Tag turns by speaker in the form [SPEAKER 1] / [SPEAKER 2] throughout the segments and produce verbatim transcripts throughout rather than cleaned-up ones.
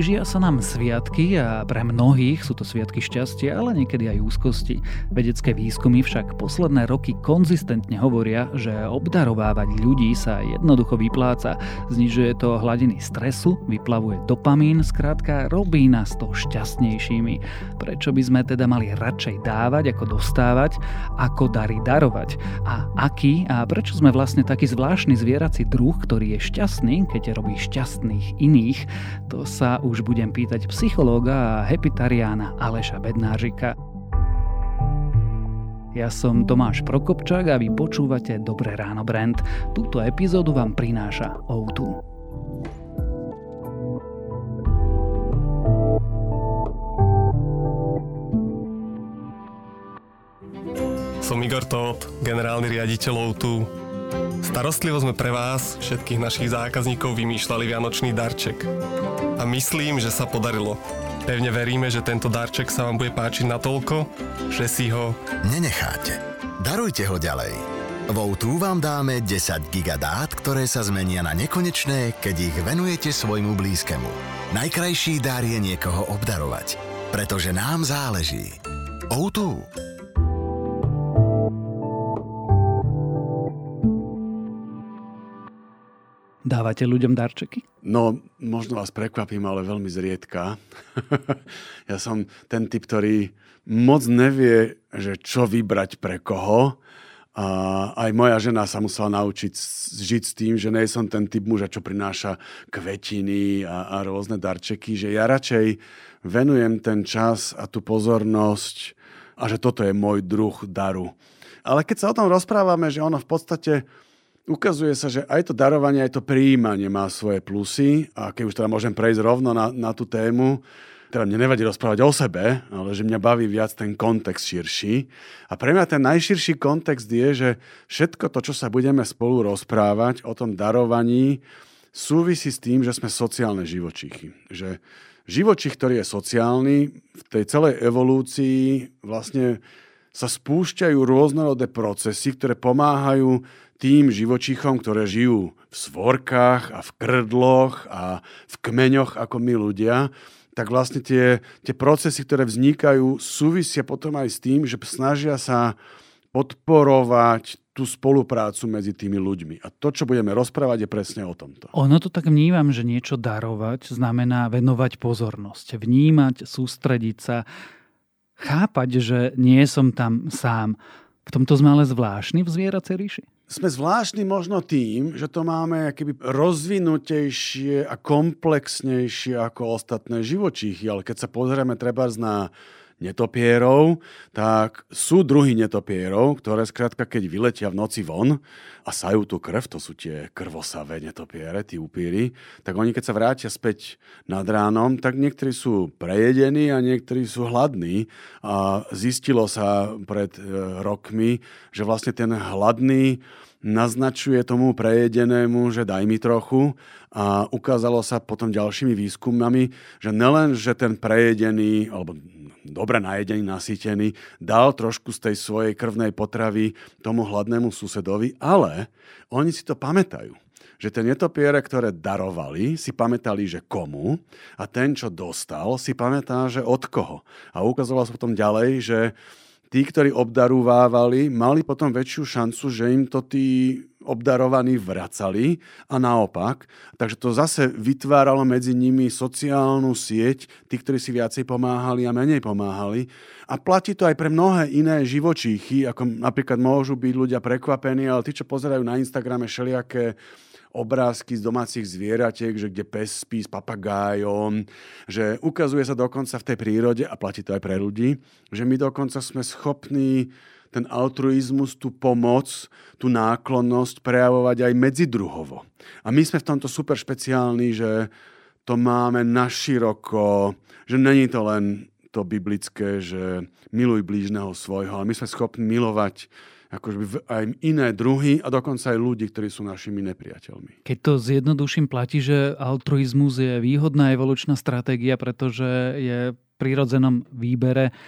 [SPEAKER 1] Blížia sa nám sviatky a pre mnohých sú to sviatky šťastia, ale niekedy aj úzkosti. Vedecké výskumy však posledné roky konzistentne hovoria, že obdarovávať ľudí sa jednoducho vypláca. Znižuje to hladiny stresu, vyplavuje dopamín, skrátka robí nás to šťastnejšími. Prečo by sme teda mali radšej dávať ako dostávať, ako dary darovať? A aký a prečo sme vlastne taký zvláštny zvierací druh, ktorý je šťastný, keď robí šťastných iných? To sa už budem pýtať psychológa a hepitariána Aleša Bednářika. Ja som Tomáš Prokopčák a vy počúvate Dobré ráno Brand. Túto epizódu vám prináša ó dva.
[SPEAKER 2] Som Igor Tóth, generálny riaditeľ ó dva. Starostlivo sme pre vás, všetkých našich zákazníkov, vymýšľali vianočný darček. A myslím, že sa podarilo. Pevne veríme, že tento darček sa vám bude páčiť natoľko, že si ho
[SPEAKER 3] nenecháte. Darujte ho ďalej. V ó dva vám dáme desať giga dát, ktoré sa zmenia na nekonečné, keď ich venujete svojmu blízkemu. Najkrajší dar je niekoho obdarovať, pretože nám záleží. ó dva.
[SPEAKER 1] Dávate ľuďom darčeky?
[SPEAKER 4] No, možno vás prekvapím, ale veľmi zriedka. Ja som ten typ, ktorý moc nevie, že čo vybrať pre koho. A aj moja žena sa musela naučiť žiť s tým, že nie som ten typ muža, čo prináša kvetiny a, a rôzne darčeky. Že ja radšej venujem ten čas a tú pozornosť a že toto je môj druh daru. Ale keď sa o tom rozprávame, že ono v podstate ukazuje sa, že aj to darovanie, aj to prijímanie má svoje plusy a keď už teda môžem prejsť rovno na, na tú tému, teda mne nevadí rozprávať o sebe, ale že mňa baví viac ten kontext širší. A pre mňa ten najširší kontext je, že všetko to, čo sa budeme spolu rozprávať o tom darovaní, súvisí s tým, že sme sociálne živočíchy. Že živočích, ktorý je sociálny, v tej celej evolúcii vlastne sa spúšťajú rôznorodé procesy, ktoré pomáhajú tým živočíchom, ktoré žijú v svorkách a v krdloch a v kmeňoch ako my ľudia, tak vlastne tie, tie procesy, ktoré vznikajú, súvisia potom aj s tým, že snažia sa podporovať tú spoluprácu medzi tými ľuďmi. A to, čo budeme rozprávať, je presne o tomto.
[SPEAKER 1] Ono to tak vnímam, že niečo darovať znamená venovať pozornosť, vnímať, sústrediť sa, chápať, že nie som tam sám. V tomto sme ale zvláštni v zvieracej ríši.
[SPEAKER 4] Sme zvláštni možno tým, že to máme akoby rozvinutejšie a komplexnejšie ako ostatné živočíchy. Ale keď sa pozrieme trebárs na netopierov, tak sú druhy netopierov, ktoré skrátka keď vyletia v noci von a sajú tú krv, to sú tie krvosavé netopiere, tí upíry, tak oni keď sa vrátia späť nad ránom, tak niektorí sú prejedení a niektorí sú hladní. A zistilo sa pred rokmi, že vlastne ten hladný naznačuje tomu prejedenému, že daj mi trochu, a ukázalo sa potom ďalšími výskumami, že nelen, že ten prejedený alebo dobre najedený, nasýtený dal trošku z tej svojej krvnej potravy tomu hladnému susedovi, ale oni si to pamätajú. Že tie netopiere, ktoré darovali, si pamätali, že komu, a ten, čo dostal, si pamätá, že od koho. A ukázalo sa potom ďalej, že tí, ktorí obdarúvávali, mali potom väčšiu šancu, že im to tí obdarovaní vracali a naopak. Takže to zase vytváralo medzi nimi sociálnu sieť, tí, ktorí si viacej pomáhali a menej pomáhali. A platí to aj pre mnohé iné živočíchy, ako napríklad môžu byť ľudia prekvapení, ale tí, čo pozerajú na Instagrame všelijaké obrázky z domácich zvieratiek, že kde pes spí s papagájom, že ukazuje sa dokonca v tej prírode, a platí to aj pre ľudí, že my dokonca sme schopní ten altruizmus, tú pomoc, tú náklonnosť prejavovať aj medzidruhovo. A my sme v tomto super špeciálni, že to máme naširoko, že není to len to biblické, že miluj blížneho svojho, ale my sme schopní milovať akože aj iné druhy a dokonca aj ľudí, ktorí sú našimi nepriateľmi.
[SPEAKER 1] Keď to zjednoduším, platí, že altruizmus je výhodná evolučná stratégia, pretože je v prirodzenom výbere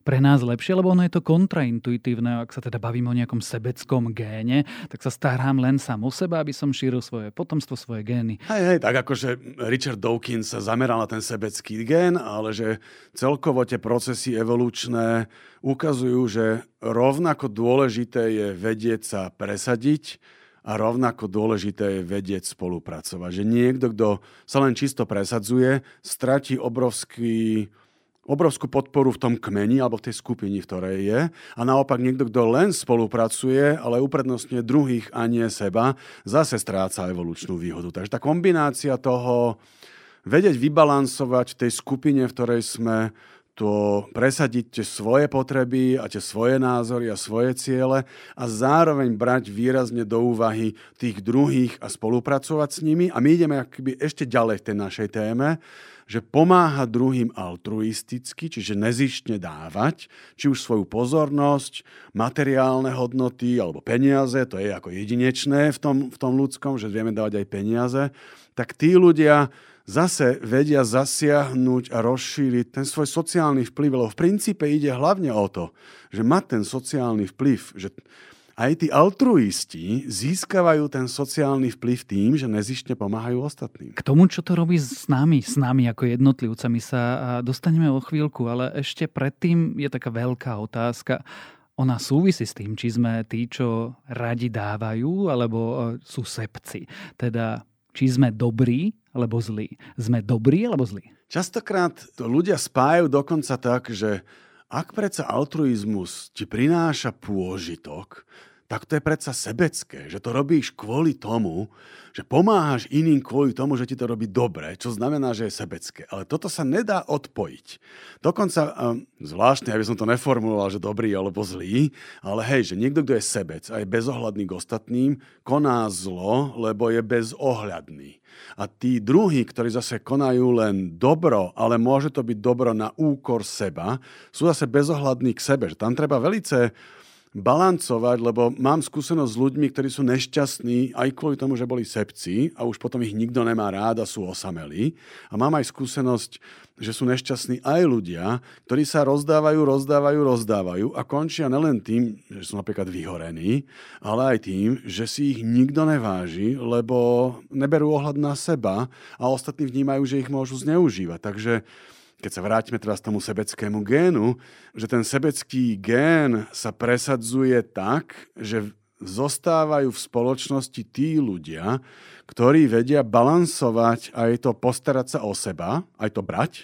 [SPEAKER 1] pre nás lepšie, lebo ono je to kontraintuitívne. Ak sa teda bavíme o nejakom sebeckom géne, tak sa starám len sám o seba, aby som šíril svoje potomstvo, svoje gény.
[SPEAKER 4] Hej, hej, tak akože Richard Dawkins sa zameral na ten sebecký gén, ale že celkovo tie procesy evolučné ukazujú, že rovnako dôležité je vedieť sa presadiť a rovnako dôležité je vedieť spolupracovať. Že niekto, kto sa len čisto presadzuje, stratí obrovský, obrovskú podporu v tom kmeni alebo v tej skupine, v ktorej je. A naopak niekto, kto len spolupracuje, ale uprednostňuje druhých a nie seba, zase stráca evolučnú výhodu. Takže tá kombinácia toho vedieť vybalansovať v tej skupine, v ktorej sme, to presadiť tie svoje potreby a tie svoje názory a svoje ciele a zároveň brať výrazne do úvahy tých druhých a spolupracovať s nimi. A my ideme akoby ešte ďalej v tej našej téme, že pomáha druhým altruisticky, čiže nezištne dávať, či už svoju pozornosť, materiálne hodnoty alebo peniaze, to je ako jedinečné v tom, v tom ľudskom, že vieme dávať aj peniaze, tak tí ľudia zase vedia zasiahnuť a rozšíriť ten svoj sociálny vplyv, lebo v princípe ide hlavne o to, že má ten sociálny vplyv, že aj tí altruisti získavajú ten sociálny vplyv tým, že nezištne pomáhajú ostatným.
[SPEAKER 1] K tomu, čo to robí s nami, s nami ako jednotlivcami, sa dostaneme o chvíľku, ale ešte predtým je taká veľká otázka. Ona súvisí s tým, či sme tí, čo radi dávajú, alebo sú sebci. Teda či sme dobrí, alebo zlí. Sme dobrí, alebo zlí?
[SPEAKER 4] Častokrát to ľudia spájajú dokonca tak, že ak predsa altruizmus ti prináša pôžitok, tak to je predsa sebecké, že to robíš kvôli tomu, že pomáhaš iným kvôli tomu, že ti to robí dobre, čo znamená, že je sebecké. Ale toto sa nedá odpojiť. Dokonca, um, zvláštne, aby som to neformuloval, že dobrý alebo zlý, ale hej, že niekto, kto je sebec a je bezohľadný k ostatným, koná zlo, lebo je bezohľadný. A tí druhí, ktorí zase konajú len dobro, ale môže to byť dobro na úkor seba, sú zase bezohľadní k sebe. Že tam treba velice balancovať, lebo mám skúsenosť s ľuďmi, ktorí sú nešťastní aj kvôli tomu, že boli sebci a už potom ich nikto nemá rád a sú osamelí. A mám aj skúsenosť, že sú nešťastní aj ľudia, ktorí sa rozdávajú, rozdávajú, rozdávajú a končia nelen tým, že sú napríklad vyhorení, ale aj tým, že si ich nikto neváži, lebo neberú ohľad na seba a ostatní vnímajú, že ich môžu zneužívať. Takže keď sa vrátime teraz tomu sebeckému génu, že ten sebecký gén sa presadzuje tak, že zostávajú v spoločnosti tí ľudia, ktorí vedia balansovať aj to postarať sa o seba, aj to brať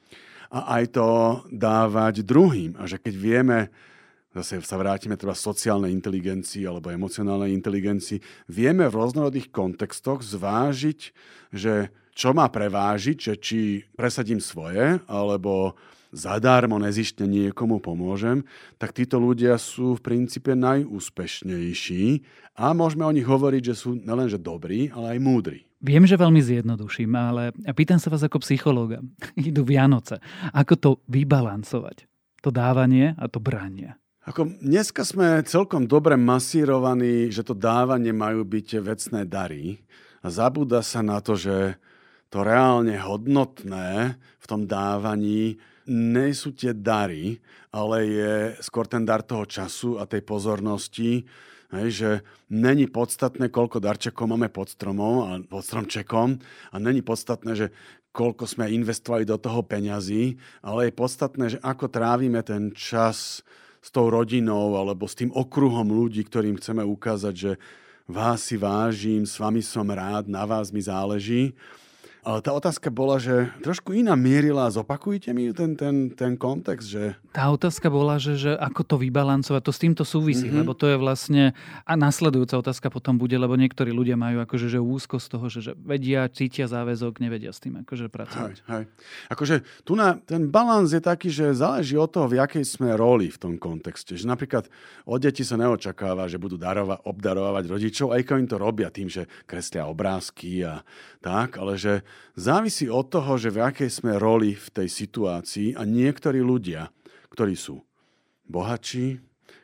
[SPEAKER 4] a aj to dávať druhým. A že keď vieme, zase sa vrátime teda sociálnej inteligencii alebo emocionálnej inteligencii, vieme v rôznorodých kontextoch zvážiť, že čo má prevážiť, že či presadím svoje, alebo zadarmo nezištne niekomu pomôžem, tak títo ľudia sú v princípe najúspešnejší a môžeme o nich hovoriť, že sú nelenže dobrí, ale aj múdri.
[SPEAKER 1] Viem, že veľmi zjednoduším, ale pýtam sa vás ako psychológa. Idú Vianoce. Ako to vybalancovať? To dávanie a to branie.
[SPEAKER 4] Ako dneska sme celkom dobre masírovaní, že to dávanie majú byť vecné dary a zabúda sa na to, že to reálne hodnotné v tom dávaní nie sú tie dary, ale je skôr ten dar toho času a tej pozornosti, hej, že není podstatné, koľko darčekov máme pod stromom a pod stromčekom a není podstatné, že koľko sme investovali do toho peňazí, ale je podstatné, že ako trávime ten čas s tou rodinou alebo s tým okruhom ľudí, ktorým chceme ukázať, že vás si vážim, s vami som rád, na vás mi záleží. Ale tá otázka bola, že trošku iná mierila. Zopakujte mi ten, ten, ten kontext, že...
[SPEAKER 1] Tá otázka bola, že, že ako to vybalancovať, to s týmto súvisí, mm-hmm. lebo to je vlastne... A nasledujúca otázka potom bude, lebo niektorí ľudia majú akože že úzko z toho, že, že vedia, cítia záväzok, nevedia s tým akože pracovať.
[SPEAKER 4] Hej, hej. Akože tu na, ten balans je taký, že záleží od toho, v jakej sme roli v tom kontexte. Že napríklad od detí sa neočakáva, že budú darova, obdarovať rodičov, aj keď im to robia tým, že kreslia obrázky a tak, ale že závisí od toho, že v akej sme roli v tej situácii a niektorí ľudia, ktorí sú bohatší,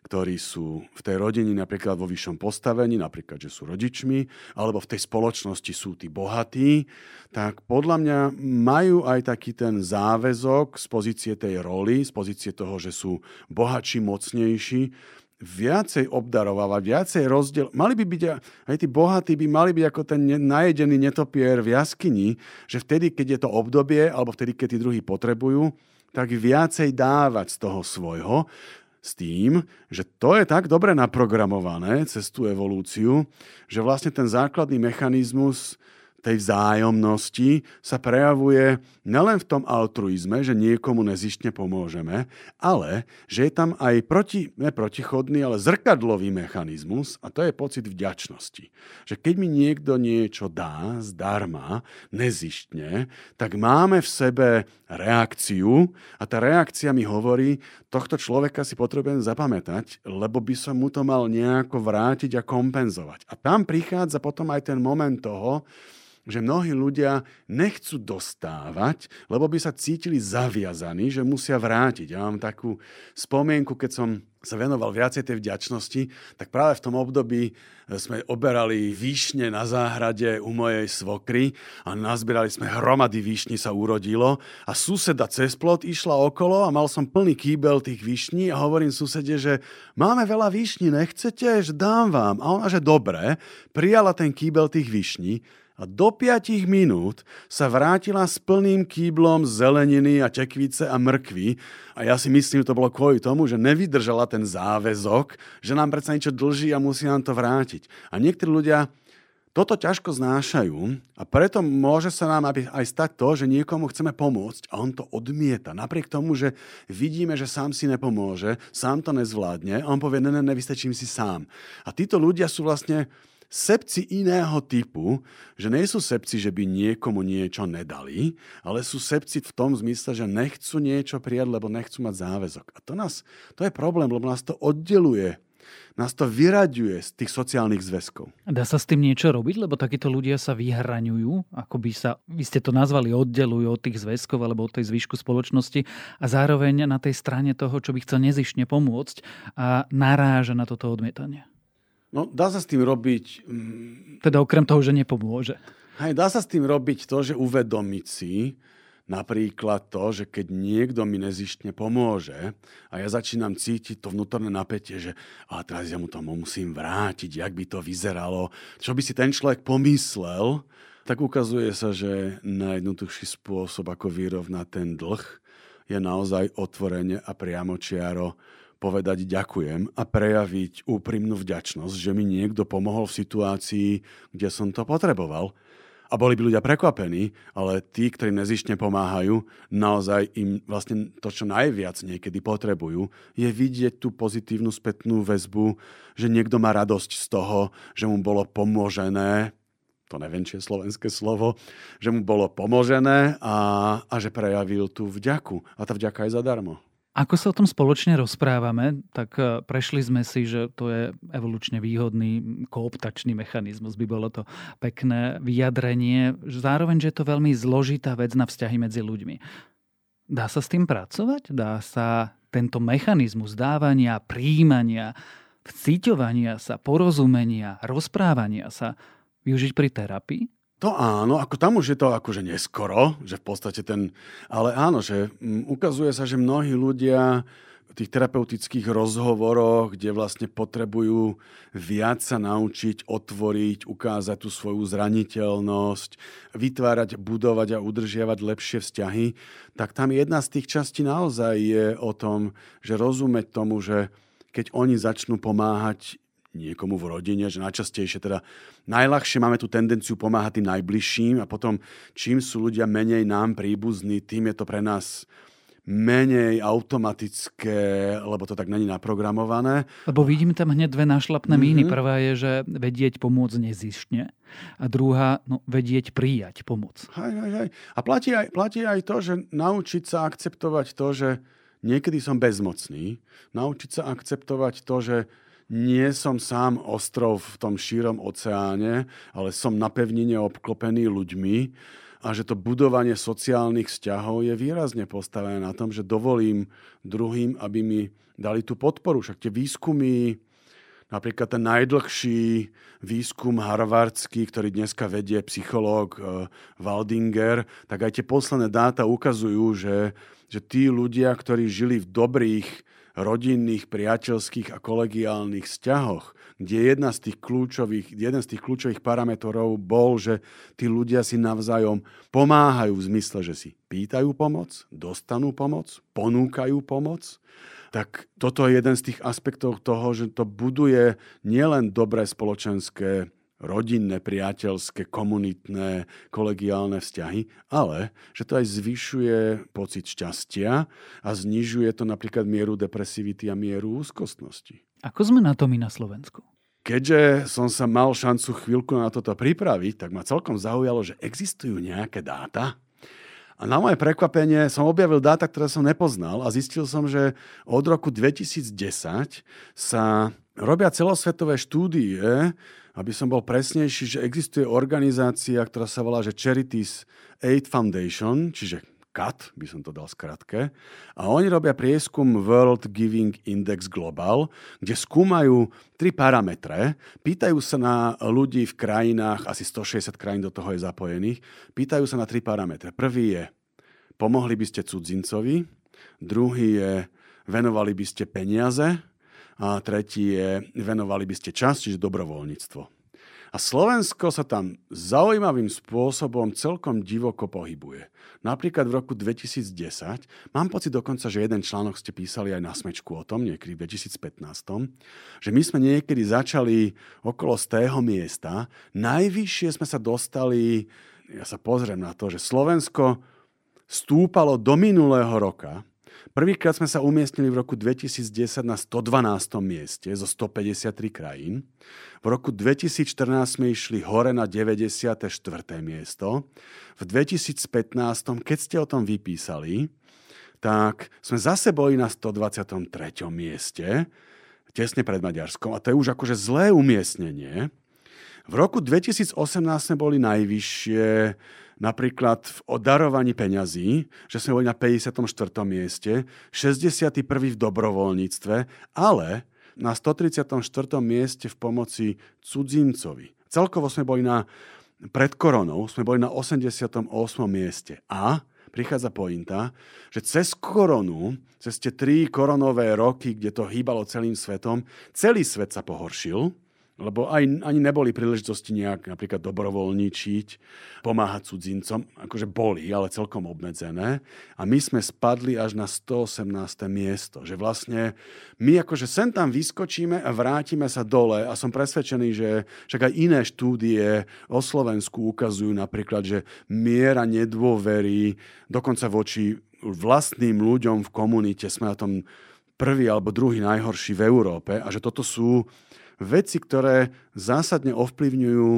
[SPEAKER 4] ktorí sú v tej rodine napríklad vo vyššom postavení, napríklad, že sú rodičmi, alebo v tej spoločnosti sú tí bohatí, tak podľa mňa majú aj taký ten záväzok z pozície tej roli, z pozície toho, že sú bohatší, mocnejší, viacej obdarovávať, viacej rozdiel. Mali by byť, aj tí bohatí by mali byť ako ten najedený netopier v jaskyni, že vtedy, keď je to obdobie, alebo vtedy, keď tí druhí potrebujú, tak viacej dávať z toho svojho, s tým, že to je tak dobre naprogramované cez tú evolúciu, že vlastne ten základný mechanizmus tej vzájomnosti sa prejavuje nielen v tom altruizme, že niekomu nezištne pomôžeme, ale že je tam aj proti, ne protichodný, ale zrkadlový mechanizmus a to je pocit vďačnosti. Že keď mi niekto niečo dá zdarma, nezištne, tak máme v sebe reakciu a tá reakcia mi hovorí, tohto človeka si potrebujem zapamätať, lebo by som mu to mal nejako vrátiť a kompenzovať. A tam prichádza potom aj ten moment toho, že mnohí ľudia nechcú dostávať, lebo by sa cítili zaviazaní, že musia vrátiť. Ja mám takú spomienku, keď som sa venoval viacej tej vďačnosti, tak práve v tom období sme oberali výšne na záhrade u mojej svokry a nazbierali sme hromady výšní, sa urodilo a suseda cez plot išla okolo a mal som plný kýbel tých výšní a hovorím susede, že máme veľa výšní, nechcete? Že dám vám. A ona, že dobre, prijala ten kýbel tých výšní. A do piatich minút sa vrátila s plným kýblom zeleniny a tekvice a mrkvy. A ja si myslím, že to bolo kvôli tomu, že nevydržala ten záväzok, že nám predsa niečo dlží a musí nám to vrátiť. A niektorí ľudia toto ťažko znášajú a preto môže sa nám aj stať to, že niekomu chceme pomôcť a on to odmieta. Napriek tomu, že vidíme, že sám si nepomôže, sám to nezvládne a on povie, ne, ne, ne, vystačím si sám. A títo ľudia sú vlastne sebci iného typu, že nie sú sebci, že by niekomu niečo nedali, ale sú sebci v tom zmysle, že nechcú niečo prijať, lebo nechcú mať záväzok. A to, nás, to je problém, lebo nás to oddeluje. Nás to vyraďuje z tých sociálnych zväzkov.
[SPEAKER 1] Dá sa s tým niečo robiť? Lebo takíto ľudia sa vyhraňujú, ako by sa, vy ste to nazvali, oddelujú od tých zväzkov alebo od tej zvyšku spoločnosti a zároveň na tej strane toho, čo by chcel nezištne pomôcť a naráža na toto odmietanie.
[SPEAKER 4] No, dá sa s tým robiť...
[SPEAKER 1] Teda okrem toho, že nepomôže.
[SPEAKER 4] Hej, dá sa s tým robiť to, že uvedomiť si napríklad to, že keď niekto mi nezištne pomôže a ja začínam cítiť to vnútorné napätie, že a teraz ja mu to musím vrátiť, jak by to vyzeralo, čo by si ten človek pomyslel, tak ukazuje sa, že najjednoduchší spôsob, ako vyrovnať ten dlh, je naozaj otvorene a priamočiaro povedať ďakujem a prejaviť úprimnú vďačnosť, že mi niekto pomohol v situácii, kde som to potreboval. A boli by ľudia prekvapení, ale tí, ktorí nezištne pomáhajú, naozaj im vlastne to, čo najviac niekedy potrebujú, je vidieť tú pozitívnu spätnú väzbu, že niekto má radosť z toho, že mu bolo pomožené, to neviem, či je slovenské slovo, že mu bolo pomožené a, a že prejavil tú vďaku. A tá vďaka je zadarmo.
[SPEAKER 1] Ako sa o tom spoločne rozprávame, tak prešli sme si, že to je evolučne výhodný kooptačný mechanizmus, by bolo to pekné vyjadrenie. Zároveň, že je to veľmi zložitá vec na vzťahy medzi ľuďmi. Dá sa s tým pracovať? Dá sa tento mechanizmus dávania, prijímania, vciťovania sa, porozumenia, rozprávania sa využiť pri terapii?
[SPEAKER 4] To áno, ako tam už je to akože neskoro, že v podstate ten, ale áno, že ukazuje sa, že mnohí ľudia v tých terapeutických rozhovoroch, kde vlastne potrebujú viac sa naučiť, otvoriť, ukázať tú svoju zraniteľnosť, vytvárať, budovať a udržiavať lepšie vzťahy, tak tam jedna z tých častí naozaj je o tom, že rozumieť tomu, že keď oni začnú pomáhať niekomu v rodine, že najčastejšie teda najľahšie máme tú tendenciu pomáhať tým najbližším a potom čím sú ľudia menej nám príbuzní, tým je to pre nás menej automatické, lebo to tak není naprogramované.
[SPEAKER 1] Lebo vidím tam hneď dve nášlapné mm-hmm. míny. Prvá je, že vedieť pomôcť nezištne a druhá, no, vedieť prijať pomoc.
[SPEAKER 4] Hej, hej, hej. A platí aj, platí aj to, že naučiť sa akceptovať to, že niekedy som bezmocný, naučiť sa akceptovať to, že nie som sám ostrov v tom šírom oceáne, ale som na pevnine obklopený ľuďmi a že to budovanie sociálnych vzťahov je výrazne postavené na tom, že dovolím druhým, aby mi dali tú podporu. Však tie výskumy, napríklad ten najdlhší výskum harvardský, ktorý dneska vedie psychológ Waldinger, tak aj tie posledné dáta ukazujú, že, že tí ľudia, ktorí žili v dobrých rodinných, priateľských a kolegiálnych vzťahoch, kde jedna z tých kľúčových, jeden z tých kľúčových parametrov bol, že tí ľudia si navzájom pomáhajú v zmysle, že si pýtajú pomoc, dostanú pomoc, ponúkajú pomoc, tak toto je jeden z tých aspektov toho, že to buduje nielen dobré spoločenské, rodinné, priateľské, komunitné, kolegiálne vzťahy, ale že to aj zvyšuje pocit šťastia a znižuje to napríklad mieru depresivity a mieru úzkostnosti.
[SPEAKER 1] Ako sme na tom my na Slovensku?
[SPEAKER 4] Keďže som sa mal šancu chvíľku na toto pripraviť, tak ma celkom zaujalo, že existujú nejaké dáta. A na moje prekvapenie som objavil dáta, ktoré som nepoznal a zistil som, že od roku dvetisícdesať sa robia celosvetové štúdie, aby som bol presnejší, že existuje organizácia, ktorá sa volá že Charities Aid Foundation, čiže C A T, by som to dal skratke. A oni robia prieskum World Giving Index Global, kde skúmajú tri parametre. Pýtajú sa na ľudí v krajinách, asi stošesťdesiat krajín do toho je zapojených, pýtajú sa na tri parametre. Prvý je, pomohli by ste cudzincovi, druhý je, venovali by ste peniaze a tretí je, venovali by ste čas, čiže dobrovoľníctvo. A Slovensko sa tam zaujímavým spôsobom celkom divoko pohybuje. Napríklad v roku dvetisícdesať, mám pocit dokonca, že jeden článok ste písali aj na Smečku o tom, niekedy v dvetisícpätnásť, že my sme niekedy začali okolo stého miesta. Najvyššie sme sa dostali, ja sa pozriem na to, že Slovensko stúpalo do minulého roka. Prvýkrát sme sa umiestnili v roku dvetisícdesať na stodvanástom mieste zo stopäťdesiattri krajín. V roku dvetisícštrnásť sme išli hore na deväťdesiate štvrté miesto. V dvetisícpätnásť, keď ste o tom vypísali, tak sme zase boli na stodvadsiatom treťom mieste, tesne pred Maďarskom. A to je už akože zlé umiestnenie. V roku dvetisícosemnásť sme boli najvyššie, napríklad v darovaní peňazí, že sme boli na päťdesiatom štvrtom mieste, šesťdesiatom prvom v dobrovoľníctve, ale na stotridsiatom štvrtom mieste v pomoci cudzincovi. Celkovo sme boli na, pred koronou, sme boli na osemdesiatom ôsmom mieste. A prichádza pointa, že cez koronu, cez tie tri koronové roky, kde to hýbalo celým svetom, celý svet sa pohoršil, lebo aj, ani neboli príležitosti nejak napríklad dobrovoľničiť, pomáhať cudzincom, akože boli, ale celkom obmedzené. A my sme spadli až na stoosemnáste miesto. Že vlastne my akože sem tam vyskočíme a vrátime sa dole. A som presvedčený, že však aj iné štúdie o Slovensku ukazujú napríklad, že miera nedôvery, dokonca voči vlastným ľuďom v komunite sme na tom prvý alebo druhý najhorší v Európe. A že toto sú veci, ktoré zásadne ovplyvňujú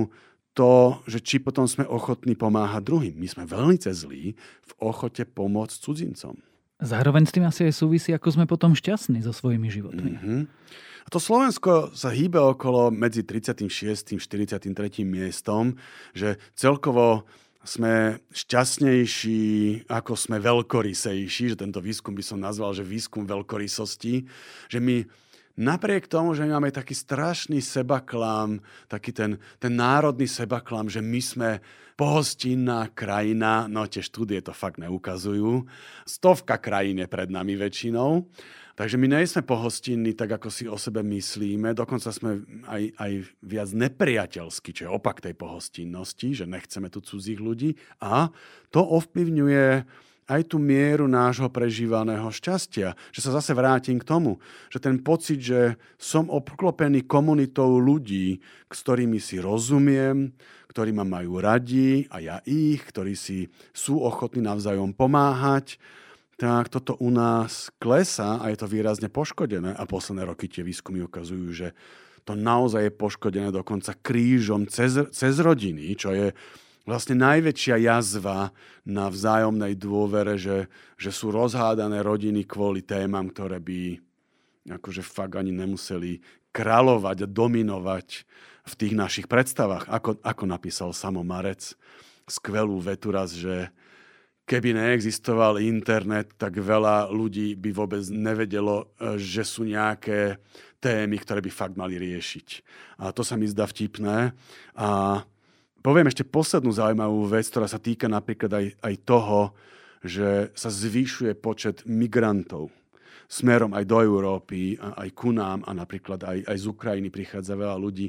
[SPEAKER 4] to, že či potom sme ochotní pomáhať druhým. My sme veľmi zlí v ochote pomôcť cudzincom.
[SPEAKER 1] Zároveň s tým asi aj súvisí, ako sme potom šťastní so svojimi životmi.
[SPEAKER 4] Mm-hmm. A to Slovensko sa hýbe okolo medzi tridsiatym šiestym a štyridsiatym tretím miestom, že celkovo sme šťastnejší, ako sme veľkorysejší, že tento výskum by som nazval, že výskum veľkorysosti, že my napriek tomu, že my máme taký strašný sebaklam, taký ten, ten národný sebaklam, že my sme pohostinná krajina, no tie štúdie to fakt neukazujú, stovka krajín je pred nami väčšinou, takže my nie sme pohostinní tak, ako si o sebe myslíme, dokonca sme aj, aj viac nepriateľskí, čo je opak tej pohostinnosti, že nechceme tu cudzích ľudí a to ovplyvňuje aj tú mieru nášho prežívaného šťastia. Že sa zase vrátim k tomu, že ten pocit, že som obklopený komunitou ľudí, s ktorými si rozumiem, ktorí ma majú radi a ja ich, ktorí si sú ochotní navzájom pomáhať, tak toto u nás klesá a je to výrazne poškodené. A posledné roky tie výskumy ukazujú, že to naozaj je poškodené dokonca krížom cez, cez rodiny, čo je vlastne najväčšia jazva na vzájomnej dôvere, že, že sú rozhádané rodiny kvôli témam, ktoré by akože fakt ani nemuseli kráľovať a dominovať v tých našich predstavách. Ako, ako napísal Samo Marec, skvelú vetu raz, že keby neexistoval internet, tak veľa ľudí by vôbec nevedelo, že sú nejaké témy, ktoré by fakt mali riešiť. A to sa mi zdá vtipné. A poviem ešte poslednú zaujímavú vec, ktorá sa týka napríklad aj, aj toho, že sa zvyšuje počet migrantov smerom aj do Európy, aj ku nám a napríklad aj, aj z Ukrajiny prichádza veľa ľudí.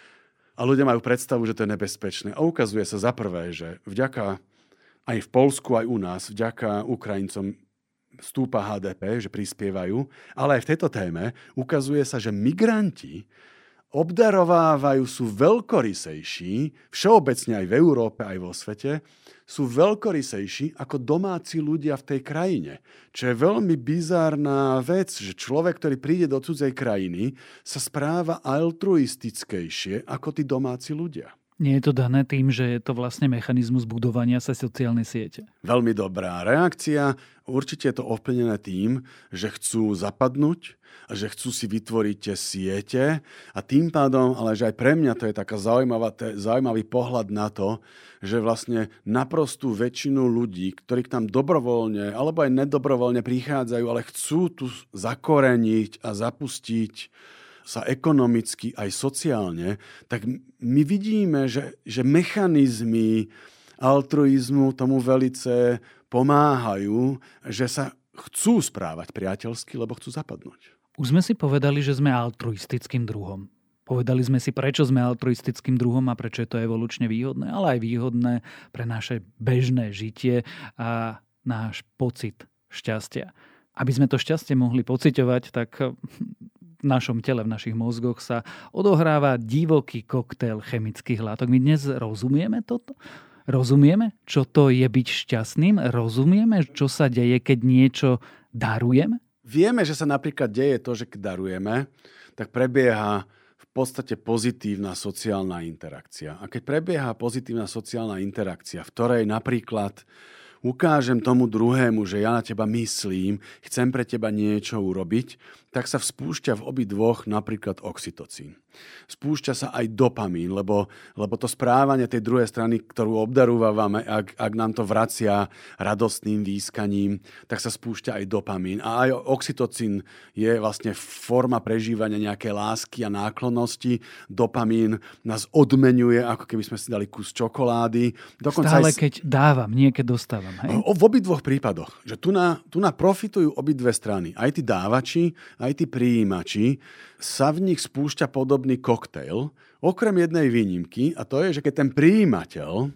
[SPEAKER 4] A ľudia majú predstavu, že to je nebezpečné. A ukazuje sa za prvé, že vďaka aj v Poľsku, aj u nás, vďaka Ukrajincom stúpa há dé pé, že prispievajú, ale aj v tejto téme ukazuje sa, že migranti obdarovávajú, sú veľkorysejší, všeobecne aj v Európe, aj vo svete, sú veľkorysejší ako domáci ľudia v tej krajine. Čo je veľmi bizárna vec, že človek, ktorý príde do cudzej krajiny, sa správa altruistickejšie ako tí domáci ľudia.
[SPEAKER 1] Nie je to dané tým, že je to vlastne mechanizmus budovania sa sociálnej siete?
[SPEAKER 4] Veľmi dobrá reakcia. Určite je to ovplyvnené tým, že chcú zapadnúť, že chcú si vytvoriť tie siete a tým pádom, ale že aj pre mňa to je taká zaujímavá, zaujímavý pohľad na to, že vlastne naprostú väčšinu ľudí, ktorí k nám dobrovoľne alebo aj nedobrovoľne prichádzajú, ale chcú tu zakoreniť a zapustiť sa ekonomicky aj sociálne, tak my vidíme, že, že mechanizmy altruizmu tomu velice pomáhajú, že sa chcú správať priateľsky, lebo chcú zapadnúť.
[SPEAKER 1] Už sme si povedali, že sme altruistickým druhom. Povedali sme si, prečo sme altruistickým druhom a prečo je to evolučne výhodné, ale aj výhodné pre naše bežné žitie a náš pocit šťastia. Aby sme to šťastie mohli pociťovať, tak v našom tele, v našich mozgoch sa odohráva divoký koktail chemických látok. My dnes rozumieme toto? Rozumieme, čo to je byť šťastným? Rozumieme, čo sa deje, keď niečo darujeme?
[SPEAKER 4] Vieme, že sa napríklad deje to, že keď darujeme, tak prebieha v podstate pozitívna sociálna interakcia. A keď prebieha pozitívna sociálna interakcia, v ktorej napríklad ukážem tomu druhému, že ja na teba myslím, chcem pre teba niečo urobiť, tak sa spúšťa v obidvoch napríklad oxytocín. Spúšťa sa aj dopamín, lebo, lebo to správanie tej druhej strany, ktorú obdarúvame, ak, ak nám to vracia radostným výskaním, tak sa spúšťa aj dopamín. A aj oxytocín je vlastne forma prežívania nejakej lásky a náklonnosti. Dopamín nás odmenuje, ako keby sme si dali kus čokolády.
[SPEAKER 1] Dokonca Stále aj... keď dávam, nie keď dostávam. Hej?
[SPEAKER 4] O, v obidvoch prípadoch. Že tu na, tu na profitujú obidve strany. Aj tí dávači, aj tí prijímači, sa v nich spúšťa podobný koktail, okrem jednej výnimky, a to je, že keď ten prijímateľ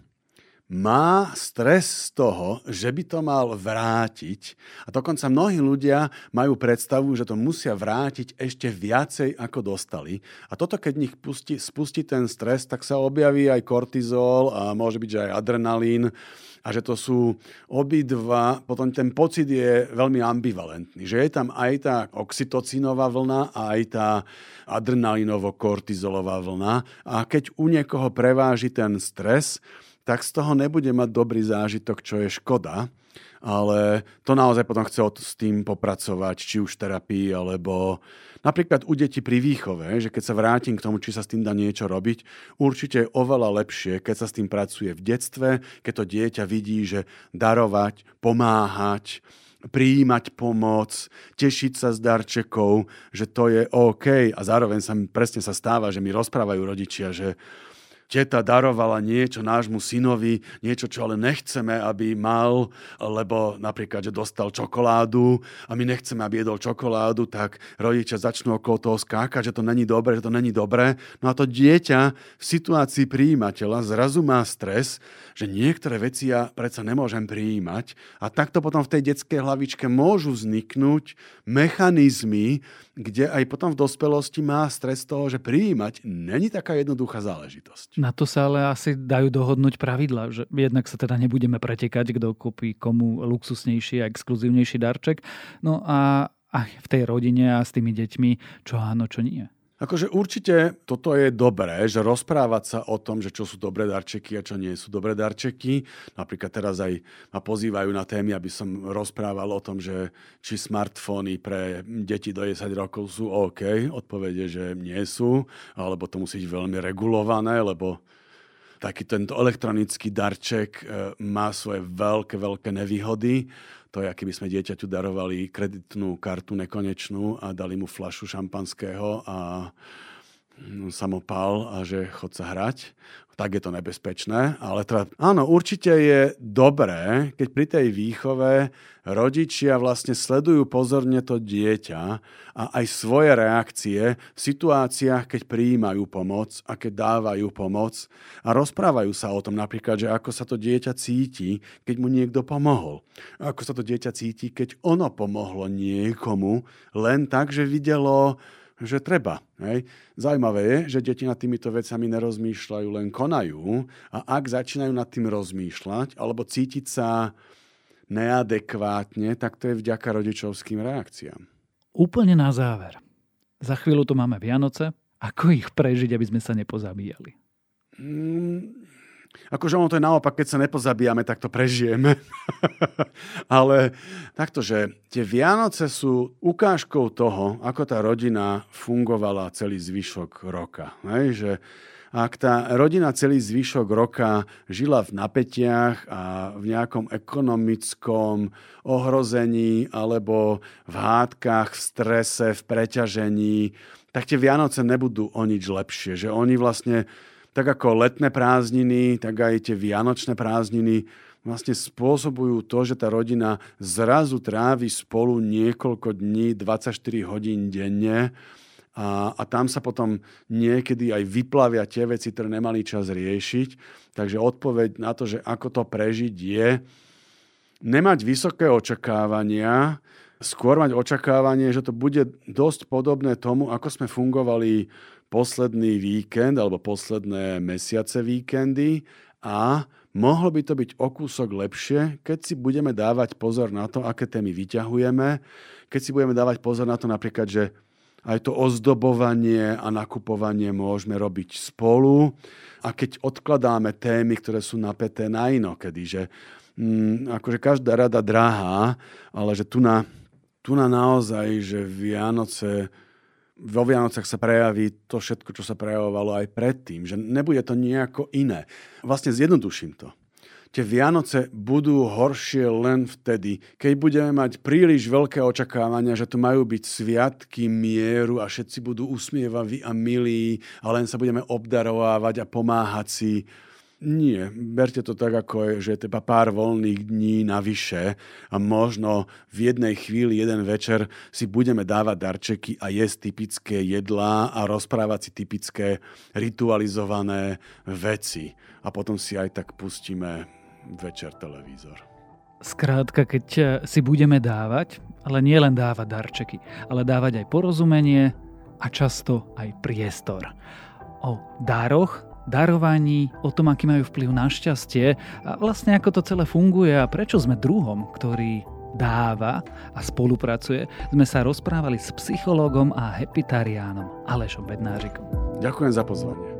[SPEAKER 4] má stres z toho, že by to mal vrátiť, a dokonca mnohí ľudia majú predstavu, že to musia vrátiť ešte viacej, ako dostali. A toto, keď nich pustí, spustí ten stres, tak sa objaví aj kortizol a môže byť, že aj adrenalín, a že to sú obidva, potom ten pocit je veľmi ambivalentný, že je tam aj tá oxytocinová vlna a aj tá adrenalinovo-kortizolová vlna a keď u niekoho preváži ten stres, tak z toho nebude mať dobrý zážitok, čo je škoda, ale to naozaj potom chce s tým popracovať, či už v terapii, alebo napríklad u detí pri výchove, že keď sa vrátim k tomu, či sa s tým dá niečo robiť, určite je oveľa lepšie, keď sa s tým pracuje v detstve, keď to dieťa vidí, že darovať, pomáhať, prijímať pomoc, tešiť sa z darčekov, že to je OK. A zároveň sa mi presne sa stáva, že mi rozprávajú rodičia, že teta darovala niečo nášmu synovi, niečo, čo ale nechceme, aby mal, lebo napríklad, že dostal čokoládu a my nechceme, aby jedol čokoládu, tak rodičia začnú okolo toho skákať, že to není dobre, že to není dobre. No a to dieťa v situácii prijímateľa zrazu má stres, že niektoré veci ja predsa nemôžem prijímať a takto potom v tej detskej hlavičke môžu vzniknúť mechanizmy, kde aj potom v dospelosti má stres toho, že prijímať není taká jednoduchá záležitosť.
[SPEAKER 1] Na to sa ale asi dajú dohodnúť pravidlá, že jednak sa teda nebudeme pretekať, kto kúpi komu luxusnejší a exkluzívnejší darček. No a aj v tej rodine a s tými deťmi, čo áno, čo nie.
[SPEAKER 4] Akože určite toto je dobré, že rozprávať sa o tom, že čo sú dobré darčeky a čo nie sú dobré darčeky. Napríklad teraz aj ma pozývajú na témy, aby som rozprával o tom, že či smartfóny pre deti do desať rokov sú OK. Odpovede, že nie sú, alebo to musí byť veľmi regulované, lebo taký tento elektronický darček má svoje veľké, veľké nevýhody. To je, keby sme dieťaťu darovali kreditnú kartu nekonečnú a dali mu fľašu šampanského a samopal a že chod sa hrať. Tak je to nebezpečné. Ale teda, áno, určite je dobré, keď pri tej výchove rodičia vlastne sledujú pozorne to dieťa a aj svoje reakcie v situáciách, keď prijímajú pomoc a keď dávajú pomoc a rozprávajú sa o tom napríklad, že ako sa to dieťa cíti, keď mu niekto pomohol. Ako sa to dieťa cíti, keď ono pomohlo niekomu len tak, že videlo, že treba. Hej. Zaujímavé je, že deti nad týmito vecami nerozmýšľajú, len konajú a ak začínajú nad tým rozmýšľať alebo cítiť sa neadekvátne, tak to je vďaka rodičovským reakciám.
[SPEAKER 1] Úplne na záver. Za chvíľu tu máme Vianoce. Ako ich prežiť, aby sme sa nepozabíjali?
[SPEAKER 4] Mm, akože ono to je naopak, keď sa nepozabíjame, tak to prežijeme. Ale takto, že tie Vianoce sú ukážkou toho, ako tá rodina fungovala celý zvyšok roka. Hej, že ak tá rodina celý zvyšok roka žila v napätiach a v nejakom ekonomickom ohrození alebo v hádkach, v strese, v preťažení, tak tie Vianoce nebudú o nič lepšie. Že oni vlastne, tak ako letné prázdniny, tak aj tie vianočné prázdniny vlastne spôsobujú to, že tá rodina zrazu trávi spolu niekoľko dní, dvadsaťštyri hodín denne. A, a tam sa potom niekedy aj vyplavia tie veci, ktoré nemali čas riešiť. Takže odpoveď na to, že ako to prežiť, je nemať vysoké očakávania, skôr mať očakávanie, že to bude dosť podobné tomu, ako sme fungovali posledný víkend alebo posledné mesiace víkendy a mohlo by to byť o kúsok lepšie, keď si budeme dávať pozor na to, aké témy vyťahujeme, keď si budeme dávať pozor na to napríklad, že aj to ozdobovanie a nakupovanie môžeme robiť spolu. A keď odkladáme témy, ktoré sú napäté na inokedy, že mm, akože každá rada drahá, ale že tu na, tu na naozaj, že Vianoce, vo Vianocach sa prejaví to všetko, čo sa prejavovalo aj predtým. Že nebude to nejako iné. Vlastne zjednoduším to. Tie Vianoce budú horšie len vtedy, keď budeme mať príliš veľké očakávania, že tu majú byť sviatky mieru a všetci budú usmievaví a milí a len sa budeme obdarovávať a pomáhať si. Nie, berte to tak, ako je, že je teba pár voľných dní navyše a možno v jednej chvíli, jeden večer si budeme dávať darčeky a jesť typické jedlá a rozprávať si typické ritualizované veci. A potom si aj tak pustíme večer televízor.
[SPEAKER 1] Skrátka, keď si budeme dávať, ale nie len dávať darčeky, ale dávať aj porozumenie a často aj priestor. O dároch, darovaní, o tom, aký majú vplyv na šťastie a vlastne ako to celé funguje a prečo sme druhom, ktorý dáva a spolupracuje, sme sa rozprávali s psychológom a hepitariánom Alešom Bednářikom.
[SPEAKER 4] Ďakujem za pozvanie.